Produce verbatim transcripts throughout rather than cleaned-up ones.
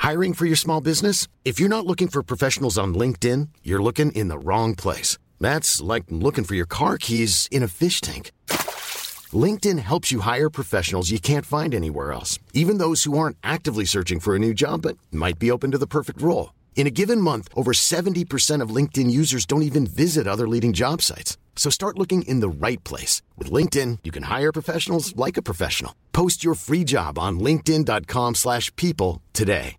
Hiring for your small business? If you're not looking for professionals on LinkedIn, you're looking in the wrong place. That's like looking for your car keys in a fish tank. LinkedIn helps you hire professionals you can't find anywhere else, even those who aren't actively searching for a new job but might be open to the perfect role. In a given month, over seventy percent of LinkedIn users don't even visit other leading job sites. So start looking in the right place. With LinkedIn, you can hire professionals like a professional. Post your free job on linkedin.com slash people today.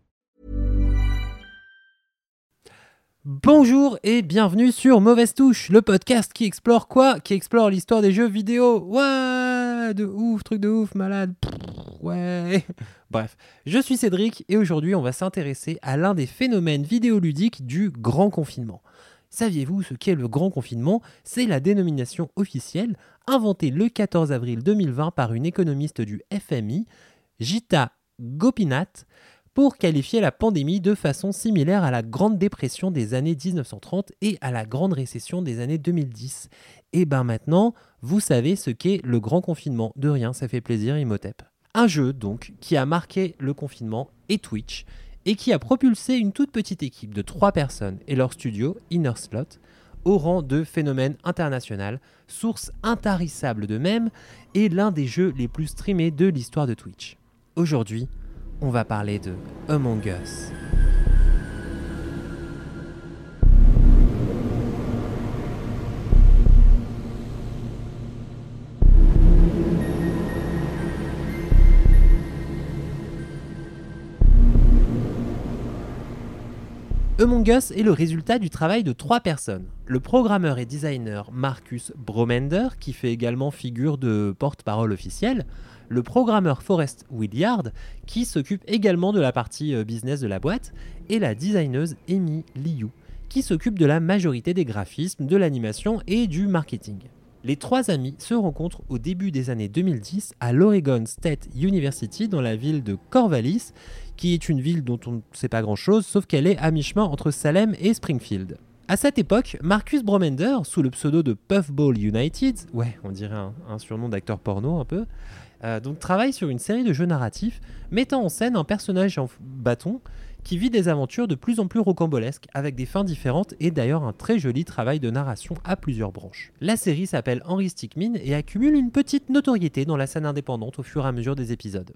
Bonjour et bienvenue sur Mauvaise Touche, le podcast qui explore quoi? Qui explore l'histoire des jeux vidéo. Ouais, de ouf, truc de ouf, malade. Pff, ouais. Bref, je suis Cédric et aujourd'hui on va s'intéresser à l'un des phénomènes vidéoludiques du grand confinement. Saviez-vous ce qu'est le grand confinement? C'est la dénomination officielle inventée le quatorze avril deux mille vingt par une économiste du F M I, Gita Gopinath, pour qualifier la pandémie de façon similaire à la Grande Dépression des années dix-neuf cent trente et à la Grande Récession des années deux mille dix. Et ben maintenant, vous savez ce qu'est le grand confinement. De rien, ça fait plaisir, Imhotep. Un jeu donc qui a marqué le confinement est Twitch et qui a propulsé une toute petite équipe de trois personnes et leur studio, Innerslot, au rang de phénomène international, source intarissable de mèmes et l'un des jeux les plus streamés de l'histoire de Twitch. Aujourd'hui, on va parler de Among Us. Among Us est le résultat du travail de trois personnes. Le programmeur et designer Marcus Bromender, qui fait également figure de porte-parole officielle, le programmeur Forrest Williard, qui s'occupe également de la partie business de la boîte, et la designeuse Amy Liu, qui s'occupe de la majorité des graphismes, de l'animation et du marketing. Les trois amis se rencontrent au début des années deux mille dix à l'Oregon State University dans la ville de Corvallis, qui est une ville dont on ne sait pas grand-chose, sauf qu'elle est à mi-chemin entre Salem et Springfield. À cette époque, Marcus Bromender, sous le pseudo de Puffball United, ouais, on dirait un, un surnom d'acteur porno un peu, euh, donc travaille sur une série de jeux narratifs mettant en scène un personnage en bâton qui vit des aventures de plus en plus rocambolesques avec des fins différentes et d'ailleurs un très joli travail de narration à plusieurs branches. La série s'appelle Henry Stickmin et accumule une petite notoriété dans la scène indépendante au fur et à mesure des épisodes.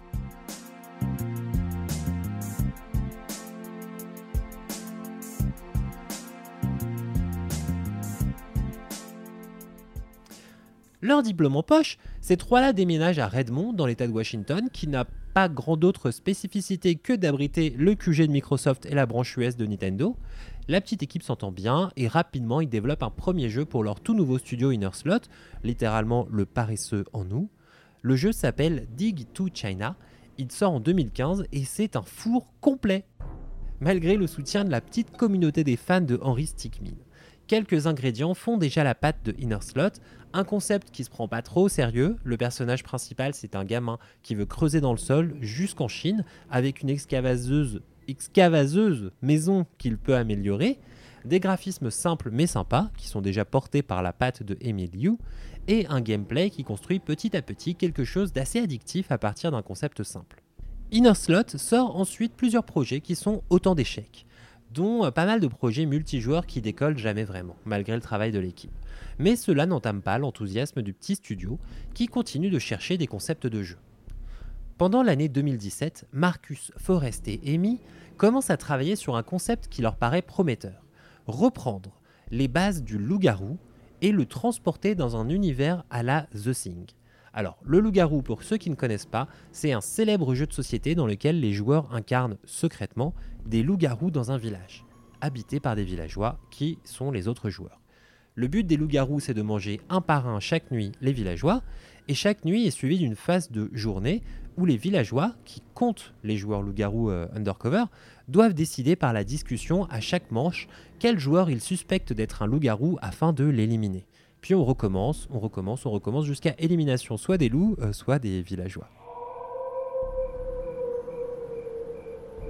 Leur diplôme en poche, ces trois-là déménagent à Redmond, dans l'état de Washington, qui n'a pas grand d'autre spécificité que d'abriter le Q G de Microsoft et la branche U S de Nintendo. La petite équipe s'entend bien et rapidement ils développent un premier jeu pour leur tout nouveau studio Innerslot, littéralement le paresseux en nous. Le jeu s'appelle Dig to China, il sort en deux mille quinze et c'est un four complet, malgré le soutien de la petite communauté des fans de Henry Stickmin. Quelques ingrédients font déjà la pâte de Innerslot, un concept qui se prend pas trop au sérieux. Le personnage principal, c'est un gamin qui veut creuser dans le sol jusqu'en Chine avec une excavaseuse, excavaseuse maison qu'il peut améliorer, des graphismes simples mais sympas qui sont déjà portés par la patte de Amy Liu et un gameplay qui construit petit à petit quelque chose d'assez addictif à partir d'un concept simple. Innerslot sort ensuite plusieurs projets qui sont autant d'échecs, dont pas mal de projets multijoueurs qui décollent jamais vraiment, malgré le travail de l'équipe. Mais cela n'entame pas l'enthousiasme du petit studio, qui continue de chercher des concepts de jeu. Pendant l'année deux mille dix-sept, Marcus, Forrest et Amy commencent à travailler sur un concept qui leur paraît prometteur. Reprendre les bases du loup-garou et le transporter dans un univers à la The Thing. Alors, le loup-garou, pour ceux qui ne connaissent pas, c'est un célèbre jeu de société dans lequel les joueurs incarnent secrètement des loups-garous dans un village, habité par des villageois qui sont les autres joueurs. Le but des loups-garous, c'est de manger un par un chaque nuit les villageois, et chaque nuit est suivie d'une phase de journée où les villageois, qui comptent les joueurs loups-garous euh, undercover, doivent décider par la discussion à chaque manche quel joueur ils suspectent d'être un loup-garou afin de l'éliminer. Puis on recommence, on recommence, on recommence jusqu'à élimination soit des loups, euh, soit des villageois.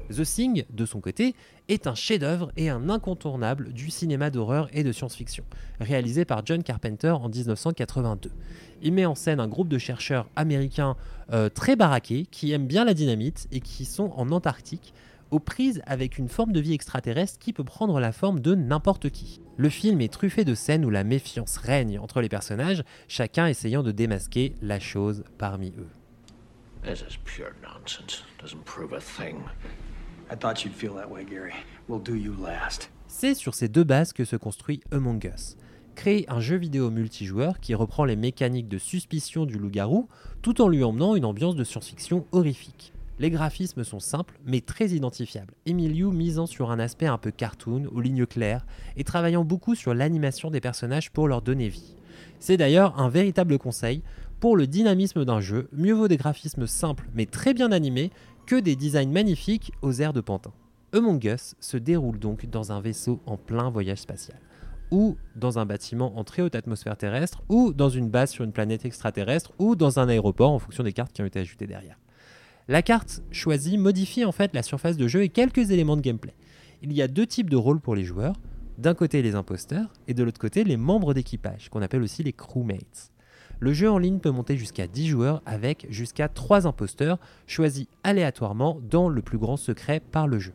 The Thing, de son côté, est un chef-d'œuvre et un incontournable du cinéma d'horreur et de science-fiction, réalisé par John Carpenter en dix-neuf cent quatre-vingt-deux. Il met en scène un groupe de chercheurs américains euh, très baraqués, qui aiment bien la dynamite et qui sont en Antarctique, aux prises avec une forme de vie extraterrestre qui peut prendre la forme de n'importe qui. Le film est truffé de scènes où la méfiance règne entre les personnages, chacun essayant de démasquer la chose parmi eux. This is pure nonsense. Doesn't prove a thing. I thought you'd feel that way, Gary. We'll do you last. C'est sur ces deux bases que se construit Among Us. Créer un jeu vidéo multijoueur qui reprend les mécaniques de suspicion du loup-garou tout en lui emmenant une ambiance de science-fiction horrifique. Les graphismes sont simples mais très identifiables. Emilio misant sur un aspect un peu cartoon, aux lignes claires, et travaillant beaucoup sur l'animation des personnages pour leur donner vie. C'est d'ailleurs un véritable conseil. Pour le dynamisme d'un jeu, mieux vaut des graphismes simples mais très bien animés que des designs magnifiques aux airs de pantin. Among Us se déroule donc dans un vaisseau en plein voyage spatial, ou dans un bâtiment en très haute atmosphère terrestre, ou dans une base sur une planète extraterrestre, ou dans un aéroport en fonction des cartes qui ont été ajoutées derrière. La carte choisie modifie en fait la surface de jeu et quelques éléments de gameplay. Il y a deux types de rôles pour les joueurs, d'un côté les imposteurs et de l'autre côté les membres d'équipage, qu'on appelle aussi les crewmates. Le jeu en ligne peut monter jusqu'à dix joueurs avec jusqu'à trois imposteurs choisis aléatoirement dans le plus grand secret par le jeu.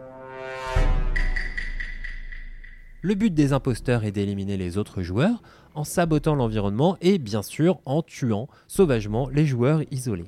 Le but des imposteurs est d'éliminer les autres joueurs en sabotant l'environnement et bien sûr en tuant sauvagement les joueurs isolés.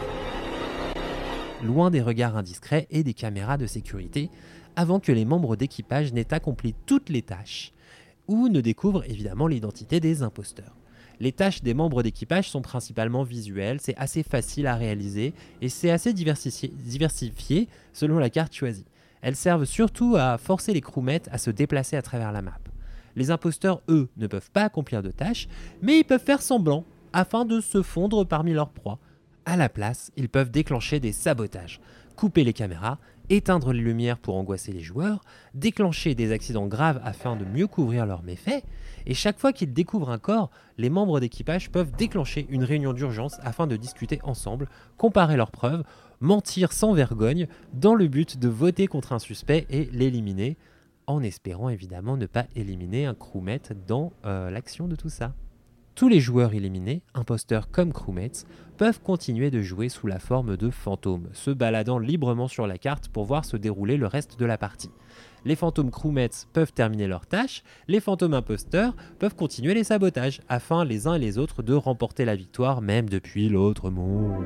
Loin des regards indiscrets et des caméras de sécurité, avant que les membres d'équipage n'aient accompli toutes les tâches ou ne découvrent évidemment l'identité des imposteurs. Les tâches des membres d'équipage sont principalement visuelles, c'est assez facile à réaliser et c'est assez diversifié, diversifié selon la carte choisie. Elles servent surtout à forcer les crewmates à se déplacer à travers la map. Les imposteurs, eux, ne peuvent pas accomplir de tâches, mais ils peuvent faire semblant afin de se fondre parmi leurs proies. À la place, ils peuvent déclencher des sabotages, couper les caméras, éteindre les lumières pour angoisser les joueurs, déclencher des accidents graves afin de mieux couvrir leurs méfaits, et chaque fois qu'ils découvrent un corps, les membres d'équipage peuvent déclencher une réunion d'urgence afin de discuter ensemble, comparer leurs preuves, mentir sans vergogne, dans le but de voter contre un suspect et l'éliminer, en espérant évidemment ne pas éliminer un crewmate dans euh, l'action de tout ça. Tous les joueurs éliminés, imposteurs comme crewmates, peuvent continuer de jouer sous la forme de fantômes, se baladant librement sur la carte pour voir se dérouler le reste de la partie. Les fantômes crewmates peuvent terminer leurs tâches, les fantômes imposteurs peuvent continuer les sabotages, afin les uns et les autres de remporter la victoire même depuis l'autre monde.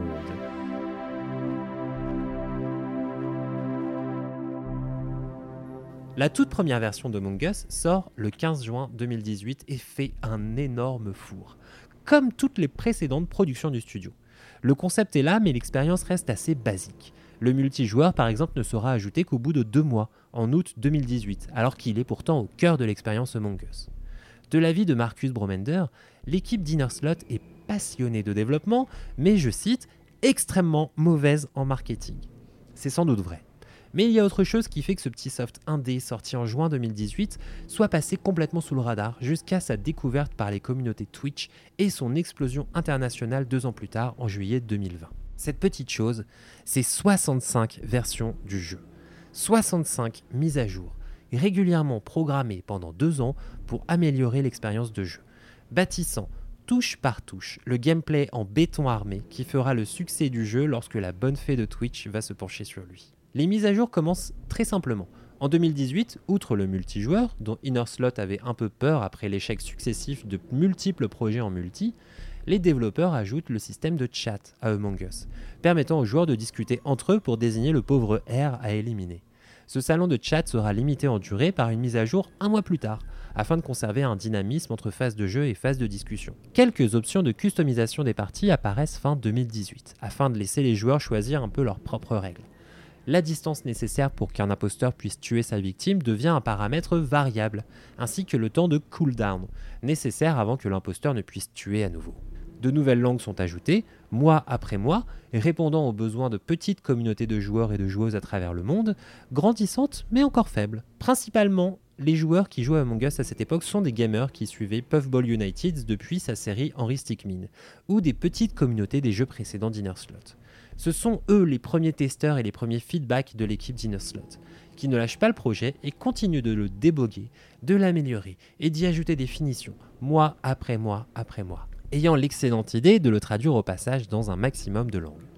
La toute première version d'Among Us sort le quinze juin deux mille dix-huit et fait un énorme four, comme toutes les précédentes productions du studio. Le concept est là, mais l'expérience reste assez basique. Le multijoueur, par exemple, ne sera ajouté qu'au bout de deux mois, en août deux mille dix-huit, alors qu'il est pourtant au cœur de l'expérience Among Us. De l'avis de Marcus Bromender, l'équipe d'Innerslot est passionnée de développement, mais, je cite, extrêmement mauvaise en marketing. C'est sans doute vrai. Mais il y a autre chose qui fait que ce petit soft indé sorti en juin deux mille dix-huit soit passé complètement sous le radar jusqu'à sa découverte par les communautés Twitch et son explosion internationale deux ans plus tard en juillet deux mille vingt. Cette petite chose, c'est soixante-cinq versions du jeu, soixante-cinq mises à jour, régulièrement programmées pendant deux ans pour améliorer l'expérience de jeu, bâtissant touche par touche le gameplay en béton armé qui fera le succès du jeu lorsque la bonne fée de Twitch va se pencher sur lui. Les mises à jour commencent très simplement. En deux mille dix-huit, outre le multijoueur, dont Innerslot avait un peu peur après l'échec successif de multiples projets en multi, les développeurs ajoutent le système de chat à Among Us, permettant aux joueurs de discuter entre eux pour désigner le pauvre R à éliminer. Ce salon de chat sera limité en durée par une mise à jour un mois plus tard, afin de conserver un dynamisme entre phase de jeu et phase de discussion. Quelques options de customisation des parties apparaissent fin deux mille dix-huit, afin de laisser les joueurs choisir un peu leurs propres règles. La distance nécessaire pour qu'un imposteur puisse tuer sa victime devient un paramètre variable, ainsi que le temps de cooldown, nécessaire avant que l'imposteur ne puisse tuer à nouveau. De nouvelles langues sont ajoutées, mois après mois, répondant aux besoins de petites communautés de joueurs et de joueuses à travers le monde, grandissantes mais encore faibles. Principalement, les joueurs qui jouaient à Among Us à cette époque sont des gamers qui suivaient Puffball United depuis sa série Henry Stickmin, ou des petites communautés des jeux précédents d'Innerslot. Ce sont eux les premiers testeurs et les premiers feedbacks de l'équipe d'Innerslot, qui ne lâche pas le projet et continue de le déboguer, de l'améliorer et d'y ajouter des finitions, mois après mois après mois, ayant l'excellente idée de le traduire au passage dans un maximum de langues.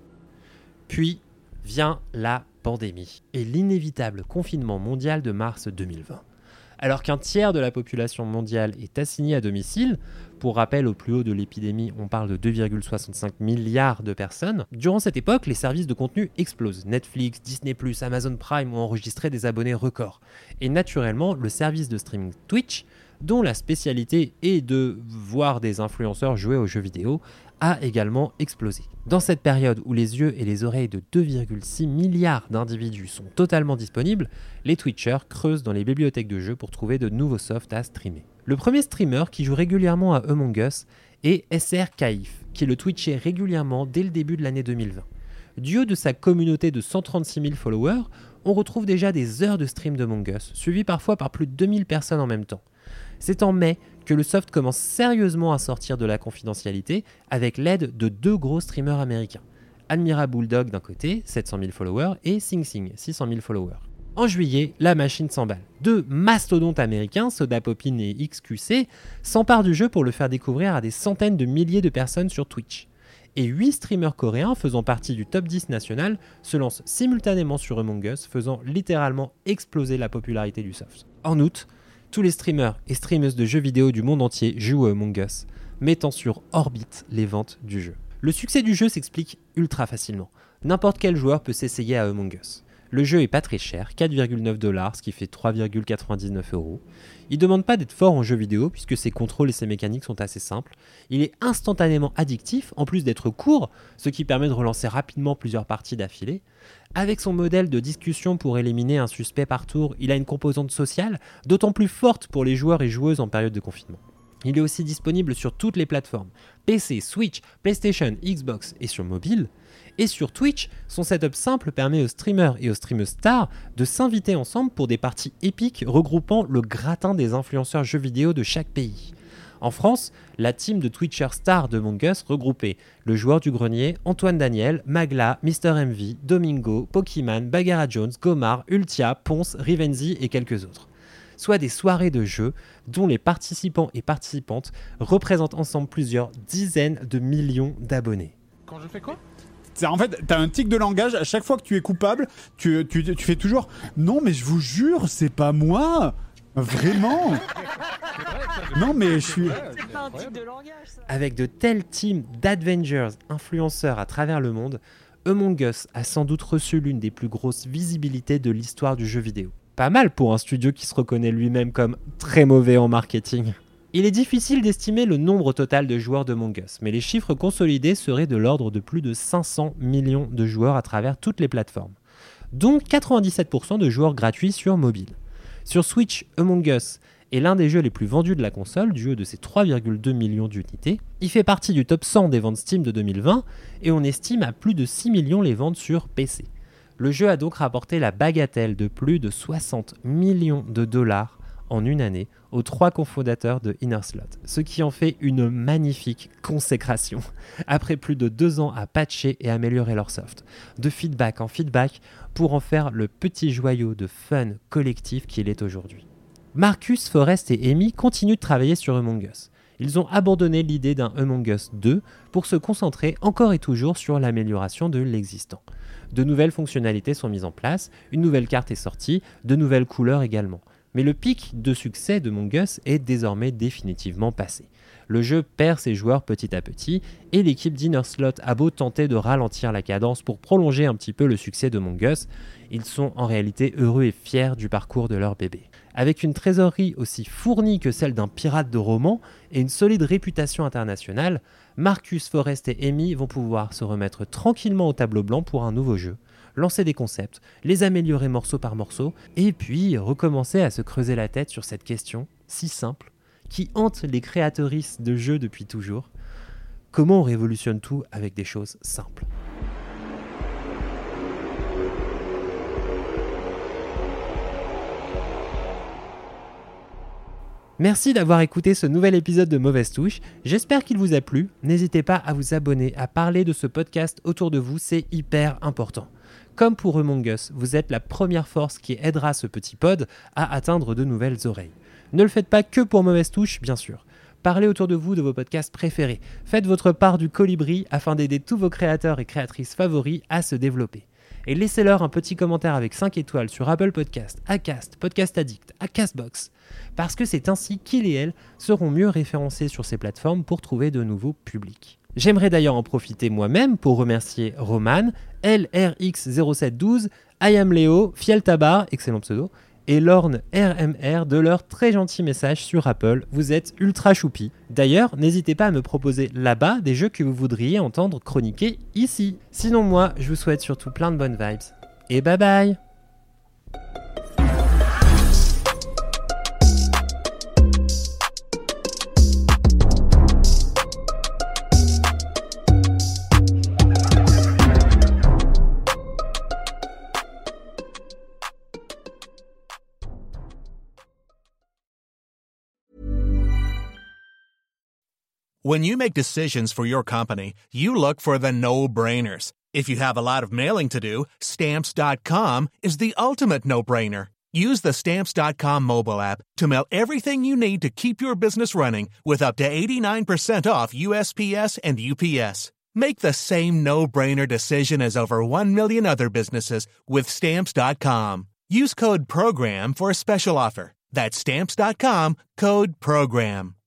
Puis vient la pandémie et l'inévitable confinement mondial de mars deux mille vingt. Alors qu'un tiers de la population mondiale est assignée à domicile, pour rappel au plus haut de l'épidémie on parle de deux virgule soixante-cinq milliards de personnes, durant cette époque les services de contenu explosent. Netflix, Disney plus, Amazon Prime ont enregistré des abonnés records. Et naturellement le service de streaming Twitch, dont la spécialité est de voir des influenceurs jouer aux jeux vidéo, a également explosé. Dans cette période où les yeux et les oreilles de deux virgule six milliards d'individus sont totalement disponibles, les Twitchers creusent dans les bibliothèques de jeux pour trouver de nouveaux softs à streamer. Le premier streamer qui joue régulièrement à Among Us est S R Kaif, qui le twitchait régulièrement dès le début de l'année deux mille vingt. Du haut de sa communauté de cent trente-six mille followers, on retrouve déjà des heures de stream d'Among Us, suivies parfois par plus de deux mille personnes en même temps. C'est en mai que le soft commence sérieusement à sortir de la confidentialité avec l'aide de deux gros streamers américains. Admira Bulldog d'un côté, sept cent mille followers, et Sing Sing, six cent mille followers. En juillet, la machine s'emballe. Deux mastodontes américains, Sodapopin et X Q C, s'emparent du jeu pour le faire découvrir à des centaines de milliers de personnes sur Twitch. Et huit streamers coréens faisant partie du top dix national se lancent simultanément sur Among Us, faisant littéralement exploser la popularité du soft. En août, tous les streamers et streameuses de jeux vidéo du monde entier jouent à Among Us, mettant sur orbite les ventes du jeu. Le succès du jeu s'explique ultra facilement. N'importe quel joueur peut s'essayer à Among Us. Le jeu est pas très cher, quatre virgule neuf dollars, ce qui fait trois virgule quatre-vingt-dix-neuf euros. Il ne demande pas d'être fort en jeu vidéo puisque ses contrôles et ses mécaniques sont assez simples. Il est instantanément addictif, en plus d'être court, ce qui permet de relancer rapidement plusieurs parties d'affilée. Avec son modèle de discussion pour éliminer un suspect par tour, il a une composante sociale, d'autant plus forte pour les joueurs et joueuses en période de confinement. Il est aussi disponible sur toutes les plateformes, P C, Switch, PlayStation, Xbox et sur mobile. Et sur Twitch, son setup simple permet aux streamers et aux streameuses stars de s'inviter ensemble pour des parties épiques regroupant le gratin des influenceurs jeux vidéo de chaque pays. En France, la team de Twitchers stars de Among Us regroupait le joueur du grenier, Antoine Daniel, Magla, Mister M V, Domingo, Pokémon, Bagheera Jones, Gomar, Ultia, Ponce, Rivenzi et quelques autres. Soit des soirées de jeux dont les participants et participantes représentent ensemble plusieurs dizaines de millions d'abonnés. Quand je fais quoi ? C'est, en fait, t'as un tic de langage, à chaque fois que tu es coupable, tu, tu, tu fais toujours « Non, mais je vous jure, c'est pas moi !» Vraiment. Non, mais je suis... C'est pas un tic de langage, ça. Avec de telles teams d'Avengers influenceurs à travers le monde, Among Us a sans doute reçu l'une des plus grosses visibilités de l'histoire du jeu vidéo. Pas mal pour un studio qui se reconnaît lui-même comme très mauvais en marketing. Il est difficile d'estimer le nombre total de joueurs d'Among Us, mais les chiffres consolidés seraient de l'ordre de plus de cinq cents millions de joueurs à travers toutes les plateformes, dont quatre-vingt-dix-sept pour cent de joueurs gratuits sur mobile. Sur Switch, Among Us est l'un des jeux les plus vendus de la console, du haut de ses trois virgule deux millions d'unités. Il fait partie du top cent des ventes Steam de deux mille vingt, et on estime à plus de six millions les ventes sur P C. Le jeu a donc rapporté la bagatelle de plus de soixante millions de dollars en une année aux trois cofondateurs de Innerslot, ce qui en fait une magnifique consécration. Après plus de deux ans à patcher et améliorer leur soft, de feedback en feedback, pour en faire le petit joyau de fun collectif qu'il est aujourd'hui. Marcus, Forrest et Amy continuent de travailler sur Among Us. Ils ont abandonné l'idée d'un Among Us deux pour se concentrer encore et toujours sur l'amélioration de l'existant. De nouvelles fonctionnalités sont mises en place, une nouvelle carte est sortie, de nouvelles couleurs également. Mais le pic de succès de Among Us est désormais définitivement passé. Le jeu perd ses joueurs petit à petit et l'équipe d'Innerslot a beau tenter de ralentir la cadence pour prolonger un petit peu le succès de Among Us, ils sont en réalité heureux et fiers du parcours de leur bébé. Avec une trésorerie aussi fournie que celle d'un pirate de roman et une solide réputation internationale, Marcus, Forrest et Amy vont pouvoir se remettre tranquillement au tableau blanc pour un nouveau jeu, lancer des concepts, les améliorer morceau par morceau, et puis recommencer à se creuser la tête sur cette question si simple, qui hante les créatrices de jeux depuis toujours. Comment on révolutionne tout avec des choses simples ? Merci d'avoir écouté ce nouvel épisode de Mauvaise Touche. J'espère qu'il vous a plu. N'hésitez pas à vous abonner, à parler de ce podcast autour de vous, c'est hyper important. Comme pour Among Us, vous êtes la première force qui aidera ce petit pod à atteindre de nouvelles oreilles. Ne le faites pas que pour Mauvaise Touche, bien sûr. Parlez autour de vous de vos podcasts préférés. Faites votre part du colibri afin d'aider tous vos créateurs et créatrices favoris à se développer. Et laissez-leur un petit commentaire avec cinq étoiles sur Apple Podcast, Acast, Podcast Addict, Castbox, parce que c'est ainsi qu'ils et elles seront mieux référencés sur ces plateformes pour trouver de nouveaux publics. J'aimerais d'ailleurs en profiter moi-même pour remercier Roman, L R X zéro sept douze, I am Léo, Fiel Tabar, excellent pseudo, et Lorne R M R de leur très gentil message sur Apple. Vous êtes ultra choupi. D'ailleurs, n'hésitez pas à me proposer là-bas des jeux que vous voudriez entendre chroniquer ici. Sinon moi, je vous souhaite surtout plein de bonnes vibes. Et bye bye. When you make decisions for your company, you look for the no-brainers. If you have a lot of mailing to do, Stamps dot com is the ultimate no-brainer. Use the Stamps dot com mobile app to mail everything you need to keep your business running with up to eighty-nine percent off U S P S and U P S. Make the same no-brainer decision as over one million other businesses with Stamps dot com. Use code PROGRAM for a special offer. That's Stamps dot com, code PROGRAM.